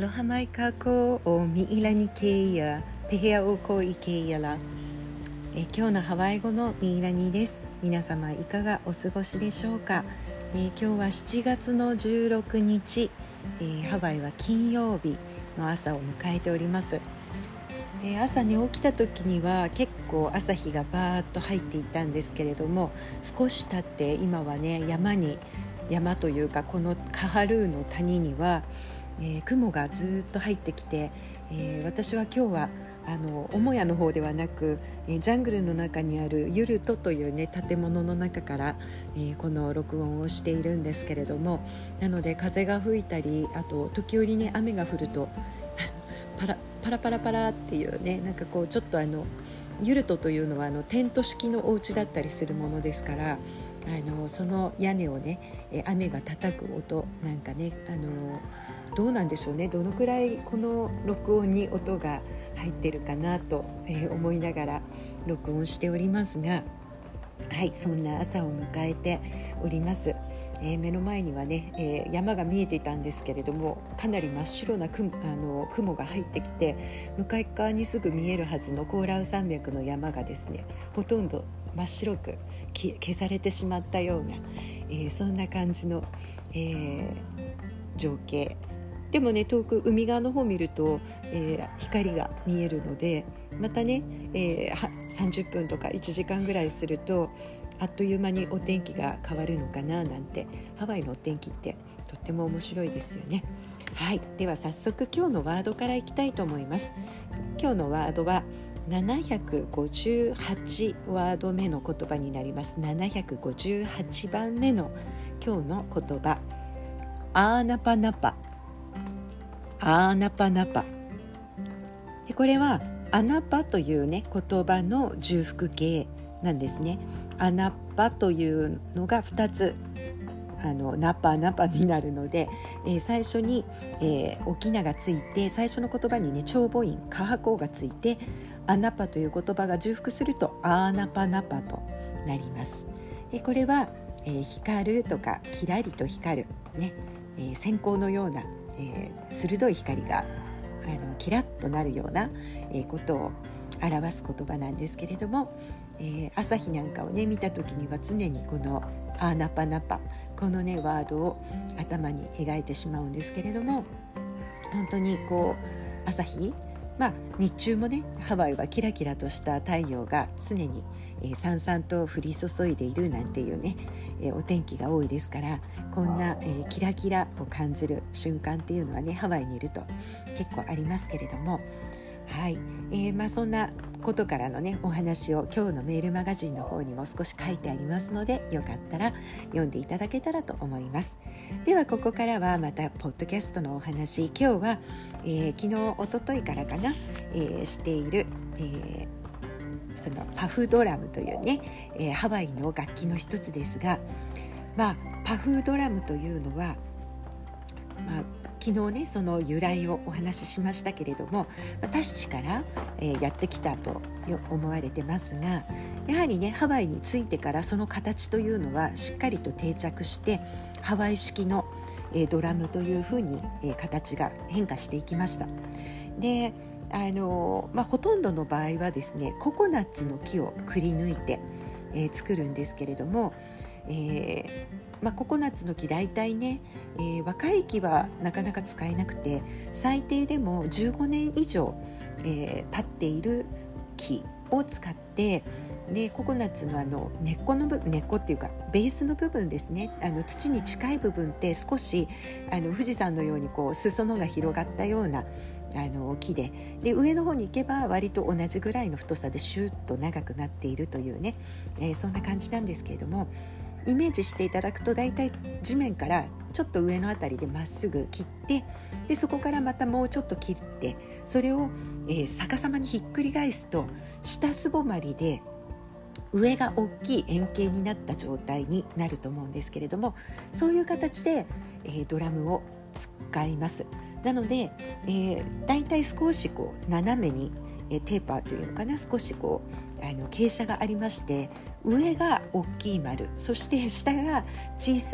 Aloha mai kako o mi'ila ni keia, pehea o ko i keia la。今日のハワイ語のミイラニです。皆様いかがお過ごしでしょうか。今日は7月の16日、ハワイは金曜日の朝を迎えております。朝ね起きた時には結構朝日がバーッと入っていたんですけれども、少し経って今はね山というかこのカハルーの谷には、雲がずっと入ってきて、私は今日は母屋の方ではなく、ジャングルの中にあるユルトというね建物の中から、この録音をしているんですけれども、なので風が吹いたり、あと時折ね雨が降るとパラパラパラっていうね、なんかこうちょっとユルトというのはテント式のお家だったりするものですから、その屋根をね雨が叩く音なんかね、どうなんでしょうね、どのくらいこの録音に音が入ってるかなと、思いながら録音しておりますが、はい、そんな朝を迎えております。目の前にはね、山が見えていたんですけれども、かなり真っ白な雲が入ってきて、向かい側にすぐ見えるはずのコーラウ山脈の山がですね、ほとんど真っ白く消されてしまったような、そんな感じの、情景でもね、遠く海側の方を見ると、光が見えるので、またね、30分とか1時間ぐらいするとあっという間にお天気が変わるのかななんて。ハワイのお天気ってとっても面白いですよね。はい、では早速今日のワードからいきたいと思います。今日のワードは758ワード目の言葉になります。758番目の今日の言葉、アーナパナパ。アーナパナパ。これはアナパというね言葉の重複形なんですね。アナパというのが2つナパナパになるので、最初に、おきながついて、最初の言葉にね長母音カハコがついて、アナパという言葉が重複するとアーナパナパとなります。これは、光るとかキラリと光る、ね閃光のような、鋭い光がキラッとなるような、ことを表す言葉なんですけれども、朝日なんかをね見た時には常にこのアーナパナパ、このねワードを頭に描いてしまうんですけれども、本当にこう朝日、日中もねハワイはキラキラとした太陽が常にさんさんと降り注いでいるなんていうね、お天気が多いですから、こんな、キラキラを感じる瞬間っていうのはねハワイにいると結構ありますけれども、はい、そんなことからのねお話を今日のメールマガジンの方にも少し書いてありますので、よかったら読んでいただけたらと思います。ではここからはまたポッドキャストのお話、今日は、昨日一昨日からかな、している、そのパフドラムというね、ハワイの楽器の一つですが、パフドラムというのは、昨日ねその由来をお話ししましたけれども、私から、やってきたと思われてますが、やはりねハワイに着いてからその形というのはしっかりと定着して、ハワイ式の、ドラムというふうに、形が変化していきました。でほとんどの場合はですねココナッツの木をくり抜いて、作るんですけれども、ココナッツの木大体ね、若い木はなかなか使えなくて、最低でも15年以上、経っている木を使って、でココナッツの根っこっていうかベースの部分ですね、土に近い部分って少し富士山のようにこう裾野が広がったような木で、上の方に行けば割と同じぐらいの太さでシュッと長くなっているというね、そんな感じなんですけれども、イメージしていただくと、だいたい地面からちょっと上のあたりでまっすぐ切って、でそこからまたもうちょっと切って、それを、逆さまにひっくり返すと下すぼまりで上が大きい円形になった状態になると思うんですけれども、そういう形で、ドラムを使います。なので、だいたい少しこう斜めに、テーパーというのかな、少しこう傾斜がありまして、上が大きい丸、そして下が小さい、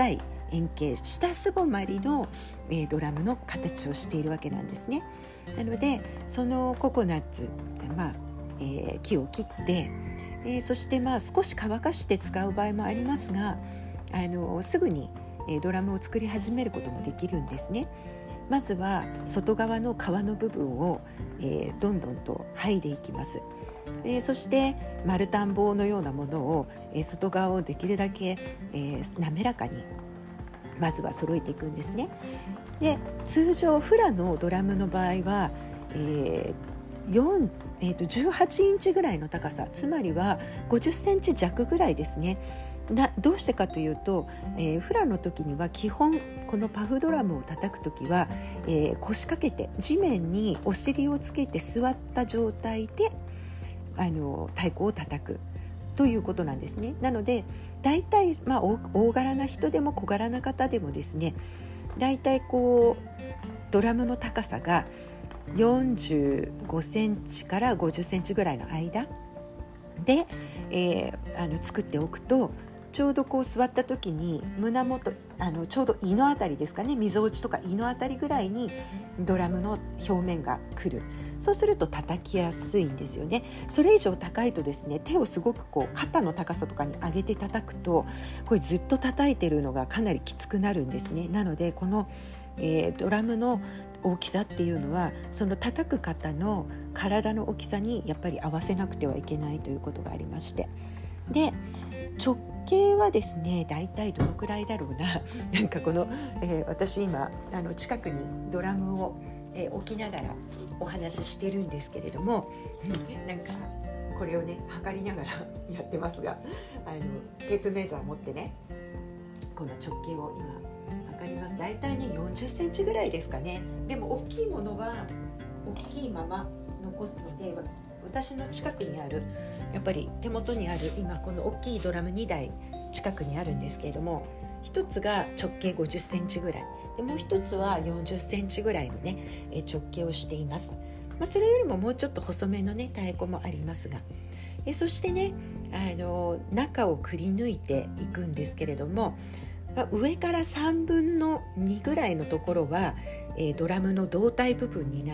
円形下すぼまりの、ドラムの形をしているわけなんですね。なのでそのココナッツ、木を切って、そして少し乾かして使う場合もありますが、すぐにドラムを作り始めることもできるんですね。まずは外側の皮の部分を、どんどんと剥いでいきます。そして丸太棒のようなものを、外側をできるだけ、滑らかにまずは揃えていくんですね。で通常フラのドラムの場合は、18インチぐらいの高さ、つまりは50センチ弱ぐらいですね。どうしてかというと、フラの時には基本このパフドラムを叩く時は、腰掛けて地面にお尻をつけて座った状態で太鼓を叩くということなんですね。なのでだいたい大柄な人でも小柄な方でもですね、だいたいドラムの高さが45センチから50センチぐらいの間で、作っておくと、ちょうど座った時に胸元、ちょうど胃のあたりですかね、みぞおちとか胃のあたりぐらいにドラムの表面が来る。そうすると叩きやすいんですよね。それ以上高いとですね、手をすごく肩の高さとかに上げて叩くと、これずっと叩いてるのがかなりきつくなるんですね。なのでこの、ドラムの大きさっていうのは、その叩く方の体の大きさにやっぱり合わせなくてはいけないということがありまして、で直径はですね、だいたいどのくらいだろうななんか私今近くにドラムを、置きながらお話ししてるんですけれども、なんかこれをね測りながらやってますが、テープメジャー持ってね、この直径を今測ります。だいたいね40センチぐらいですかね。でも大きいものは大きいまま残すので、私の近くにある、やっぱり手元にある今この大きいドラム2台近くにあるんですけれども、一つが直径50センチぐらいで、もう一つは40センチぐらいのね直径をしています。それよりももうちょっと細めのね太鼓もありますが、そしてね中をくり抜いていくんですけれども、上から3分の2ぐらいのところは、ドラムの胴体部分になって、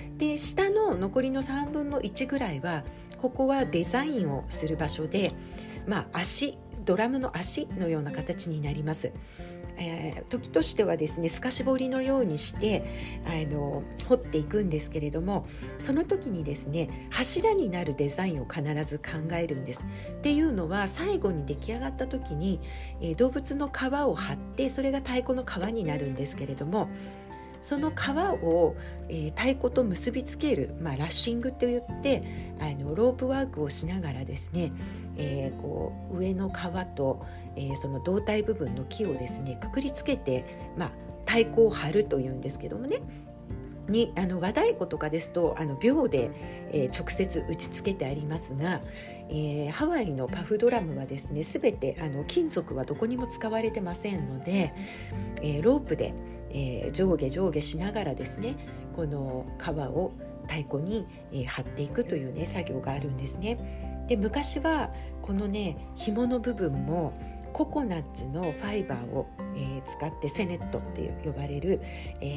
で下の残りの3分の1ぐらいは、ここはデザインをする場所で、ドラムの足のような形になります。時としてはですね、透かし彫りのようにして彫っていくんですけれども、その時にですね、柱になるデザインを必ず考えるんです。っていうのは、最後に出来上がった時に、動物の皮を張って、それが太鼓の皮になるんですけれども、その皮を、太鼓と結びつける、ラッシングといってロープワークをしながらですね、上の皮と、その胴体部分の木をですねくくりつけて、太鼓を張るというんですけどもね、和太鼓とかですと秒で、直接打ち付けてありますが、ハワイのパフドラムはですね、すべて金属はどこにも使われてませんので、ロープで、上下しながらですね、この皮を太鼓に、貼っていくというね作業があるんですね。で昔はこのね紐の部分もココナッツのファイバーを、使ってセネットって呼ばれる、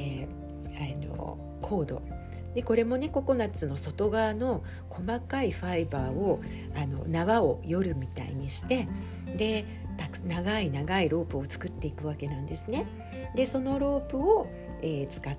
コードで、これもねココナッツの外側の細かいファイバーを縄を夜みたいにして、で長いロープを作っていくわけなんですね。でそのロープを、使って、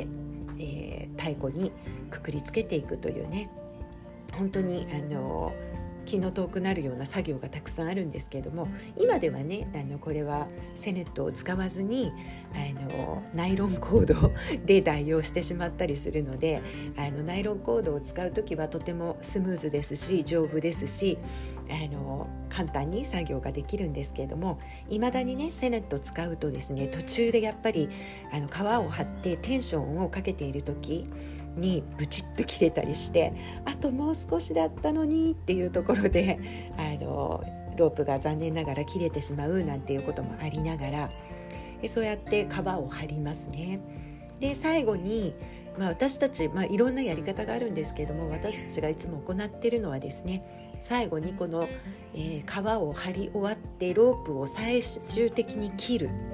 太鼓にくくりつけていくというね、本当に気の遠くなるような作業がたくさんあるんですけれども、今ではねこれはセネットを使わずにナイロンコードで代用してしまったりするので、ナイロンコードを使うときはとてもスムーズですし丈夫ですし、簡単に作業ができるんですけれども、未だにねセネットを使うとですね、途中でやっぱり皮を張ってテンションをかけているときにブチッと切れたりして、あともう少しだったのにっていうところでロープが残念ながら切れてしまうなんていうこともありながら、そうやって皮を張りますね。で最後に、私たち、いろんなやり方があるんですけれども、私たちがいつも行っているのはですね、最後にこの、皮を張り終わってロープを最終的に切る。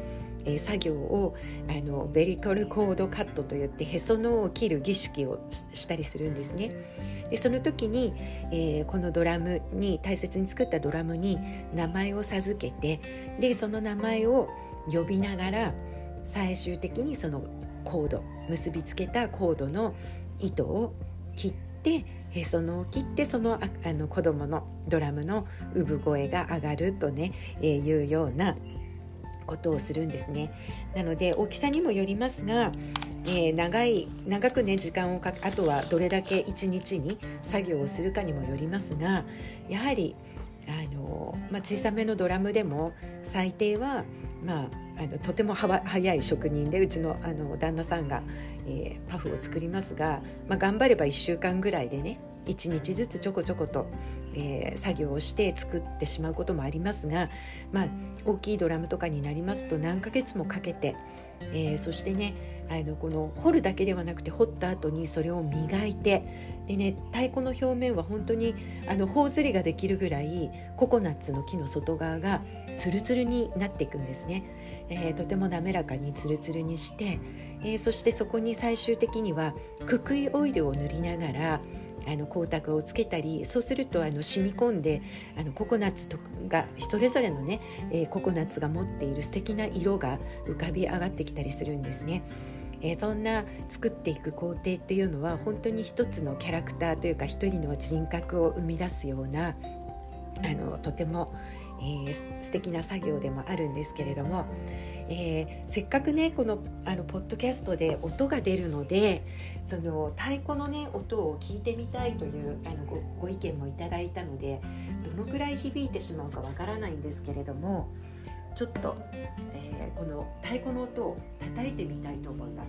作業をベリコルコードカットといってへその緒を切る儀式をしたりするんですね。でその時に、このドラムに大切に作ったドラムに名前を授けて、でその名前を呼びながら最終的にそのコード、結びつけたコードの糸を切ってへその緒を切って、その子供のドラムの産声が上がるとね、いうようなことをするんですね。なので大きさにもよりますが、長くね時間をかけ、あとはどれだけ一日に作業をするかにもよりますが、やはり小さめのドラムでも最低は、とても早い職人でうちの、旦那さんが、パフを作りますが、頑張れば1週間ぐらいでね1日ずつちょこちょこと、作業をして作ってしまうこともありますが、大きいドラムとかになりますと何ヶ月もかけて、そしてねこの掘るだけではなくて掘った後にそれを磨いて、でね太鼓の表面は本当に頬ずりができるぐらいココナッツの木の外側がツルツルになっていくんですね。とても滑らかにツルツルにして、そしてそこに最終的にはククイオイルを塗りながら光沢をつけたり、そうすると染み込んでココナッツがそれぞれのね、ココナッツが持っている素敵な色が浮かび上がってきたりするんですね。そんな作っていく工程っていうのは本当に一つのキャラクターというか一人の人格を生み出すようなとても、素敵な作業でもあるんですけれども、せっかくねこのポッドキャストで音が出るので、その太鼓のね音を聞いてみたいというご意見もいただいたので、どのくらい響いてしまうかわからないんですけれども、ちょっと、この太鼓の音を叩いてみたいと思います。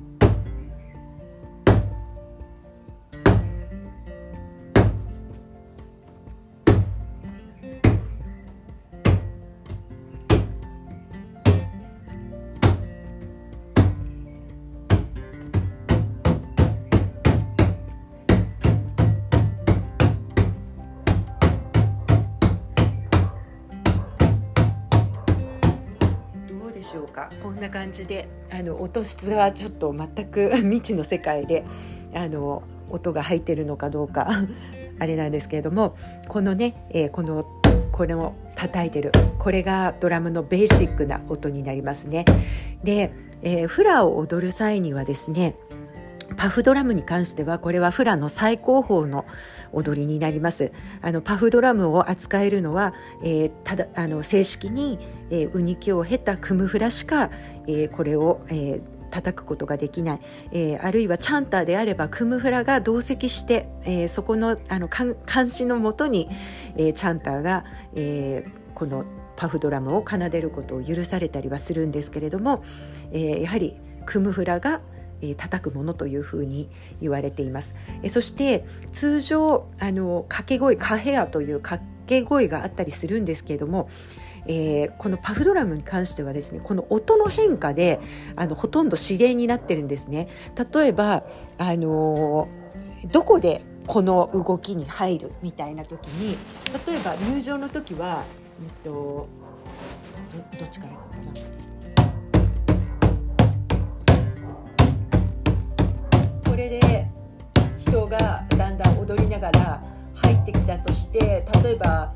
こんな感じで音質はちょっと全く未知の世界で音が入ってるのかどうかあれなんですけれども、このね、これを叩いてる、これがドラムのベーシックな音になりますね。で、フラを踊る際にはですね、パフドラムに関してはこれはフラの最高峰の踊りになります。パフドラムを扱えるのは、正式に、ウニキを経たクムフラしか、これを、叩くことができない、あるいはチャンターであればクムフラが同席して、そこの、監視のもとに、チャンターが、このパフドラムを奏でることを許されたりはするんですけれども、やはりクムフラが叩くものというふうに言われています。そして通常掛け声、カヘアという掛け声があったりするんですけれども、このパフドラムに関してはですね、この音の変化でほとんど指令になってるんですね。例えばどこでこの動きに入るみたいな時に、例えば入場の時は、どっちからいこうかな。これで人がだんだん踊りながら入ってきたとして、例えば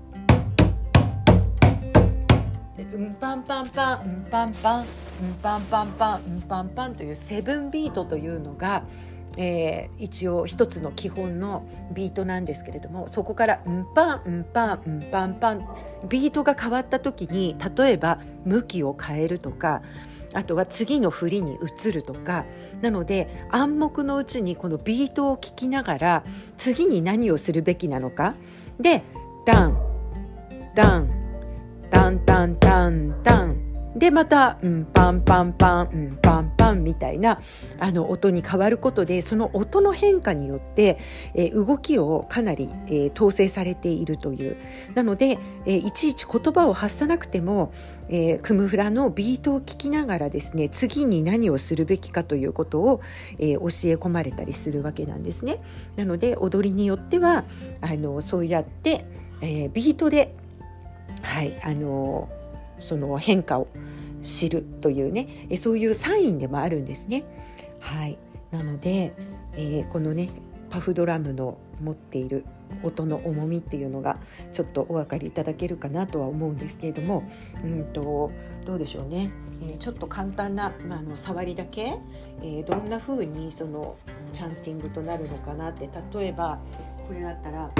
パンパンパンパンパンパンパンパンパンパンというセブンビートというのが、一応一つの基本のビートなんですけれども、そこからパンパンパンパン、ビートが変わった時に例えば向きを変えるとか、あとは次の振りに移るとか、なので暗黙のうちにこのビートを聴きながら次に何をするべきなのかで、ダンダンダンダンダンダンでまたパンパンパンパンパンみたいな音に変わることで、その音の変化によって、動きをかなり、統制されているという。なので、いちいち言葉を発さなくても、クムフラのビートを聞きながらですね、次に何をするべきかということを、教え込まれたりするわけなんですね。なので踊りによってはそうやって、ビートで、はい、その変化を、 知るというね、そういうサインでもあるんですね。はい、なので、このねパフドラムの持っている音の重みっていうのがちょっとお分かりいただけるかなとは思うんですけれども、どうでしょうね、ちょっと簡単な、触りだけ、どんな風にそのチャンティングとなるのかなって、例えばこれだったら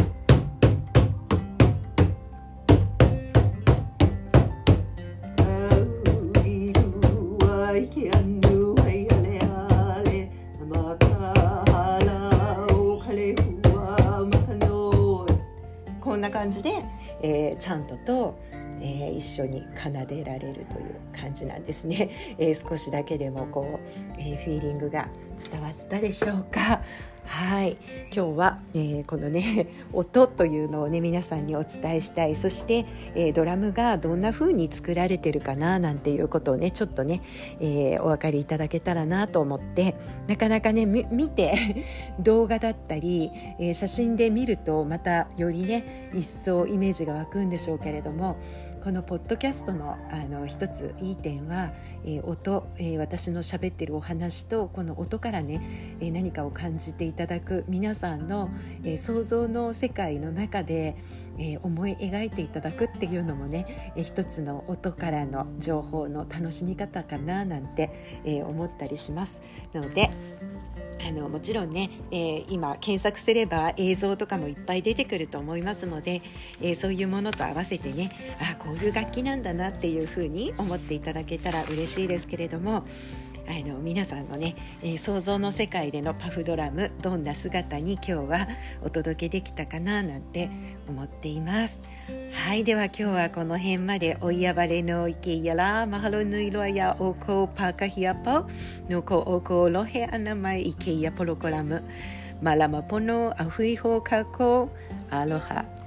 こんな感じで、チャントと、一緒に奏でられるという感じなんですね。少しだけでもこう、フィーリングが伝わったでしょうか。はい、今日は、このね音というのをね皆さんにお伝えしたい。そして、ドラムがどんな風に作られてるかななんていうことをねちょっとね、お分かりいただけたらなと思って、なかなかね見て動画だったり、写真で見るとまたよりね一層イメージが湧くんでしょうけれども、このポッドキャストの一ついい点は、音、私の喋ってるお話とこの音からね、何かを感じていただく皆さんの、想像の世界の中で、思い描いていただくっていうのもね、一つの音からの情報の楽しみ方かななんて、思ったりします。なのでもちろんね、今検索すれば映像とかもいっぱい出てくると思いますので、そういうものと合わせてね、こういう楽器なんだなっていうふうに思っていただけたら嬉しいですけれども、皆さんのね、想像の世界でのパフドラム、どんな姿に今日はお届けできたかななんて思っています。はい、では今日はこの辺まで。おいやばれのいけやらマハロヌイロやおこパカヒアポのこおこロヘアナマイいけやポロコラムマラマポノアフイホカコアロハ。